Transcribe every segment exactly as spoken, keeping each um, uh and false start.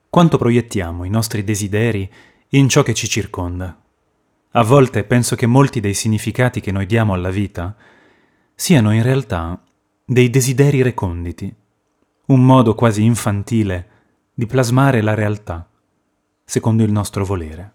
Quanto proiettiamo i nostri desideri in ciò che ci circonda? A volte penso che molti dei significati che noi diamo alla vita siano in realtà dei desideri reconditi, un modo quasi infantile di plasmare la realtà secondo il nostro volere.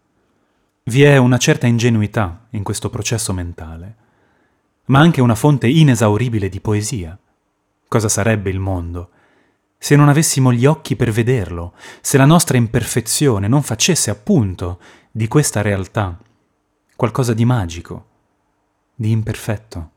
Vi è una certa ingenuità in questo processo mentale, ma anche una fonte inesauribile di poesia. Cosa sarebbe il mondo se non avessimo gli occhi per vederlo, se la nostra imperfezione non facesse appunto di questa realtà qualcosa di magico, di imperfetto?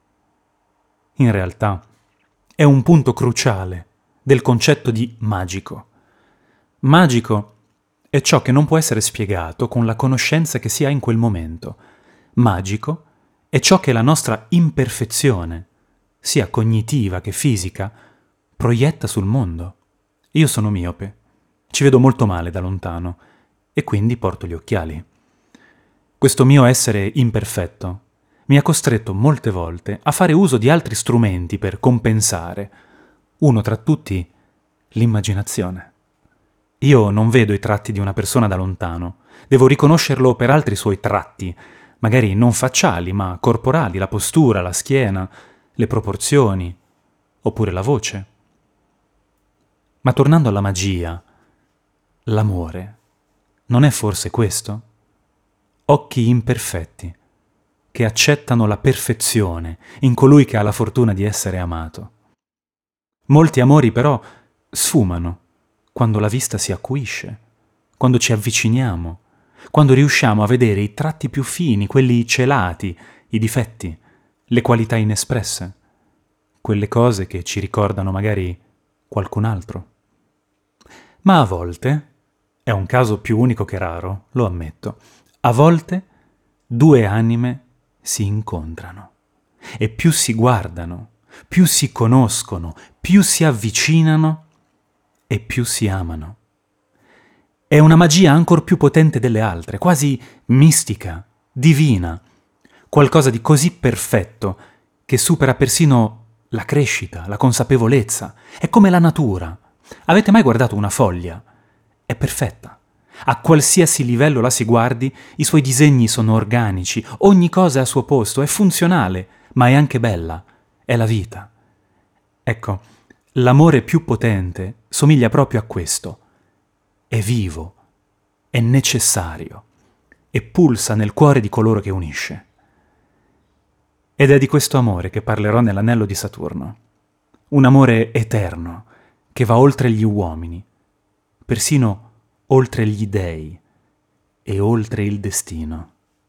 In realtà è un punto cruciale del concetto di magico. Magico è ciò che non può essere spiegato con la conoscenza che si ha in quel momento. Magico è ciò che la nostra imperfezione, sia cognitiva che fisica, proietta sul mondo. Io sono miope, ci vedo molto male da lontano e quindi porto gli occhiali. Questo mio essere imperfetto mi ha costretto molte volte a fare uso di altri strumenti per compensare, uno tra tutti l'immaginazione. Io non vedo i tratti di una persona da lontano, devo riconoscerlo per altri suoi tratti, magari non facciali, ma corporali, la postura, la schiena, le proporzioni, oppure la voce. Ma tornando alla magia, l'amore, non è forse questo? Occhi imperfetti, che accettano la perfezione in colui che ha la fortuna di essere amato. Molti amori però sfumano quando la vista si acuisce, quando ci avviciniamo, quando riusciamo a vedere i tratti più fini, quelli celati, i difetti, le qualità inespresse, quelle cose che ci ricordano magari qualcun altro. Ma a volte, è un caso più unico che raro, lo ammetto, a volte due anime si incontrano e più si guardano, più si conoscono, più si avvicinano e più si amano. È una magia ancor più potente delle altre, quasi mistica, divina, qualcosa di così perfetto che supera persino la crescita, la consapevolezza. È come la natura. Avete mai guardato una foglia? È perfetta. A qualsiasi livello la si guardi, i suoi disegni sono organici, ogni cosa è al suo posto, è funzionale, ma è anche bella, è la vita. Ecco, l'amore più potente somiglia proprio a questo. È vivo, è necessario e pulsa nel cuore di coloro che unisce. Ed è di questo amore che parlerò nell'anello di Saturno. Un amore eterno, che va oltre gli uomini, persino oltre gli dei e oltre il destino.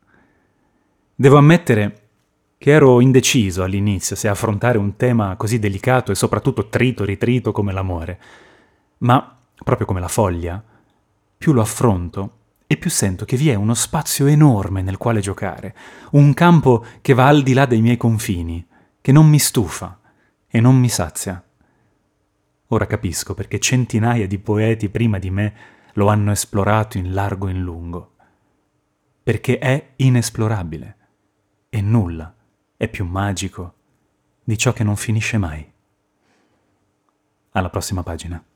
Devo ammettere che ero indeciso all'inizio se affrontare un tema così delicato e soprattutto trito-ritrito come l'amore, ma, proprio come la foglia, più lo affronto e più sento che vi è uno spazio enorme nel quale giocare, un campo che va al di là dei miei confini, che non mi stufa e non mi sazia. Ora capisco perché centinaia di poeti prima di me lo hanno esplorato in largo e in lungo, perché è inesplorabile e nulla è più magico di ciò che non finisce mai. Alla prossima pagina.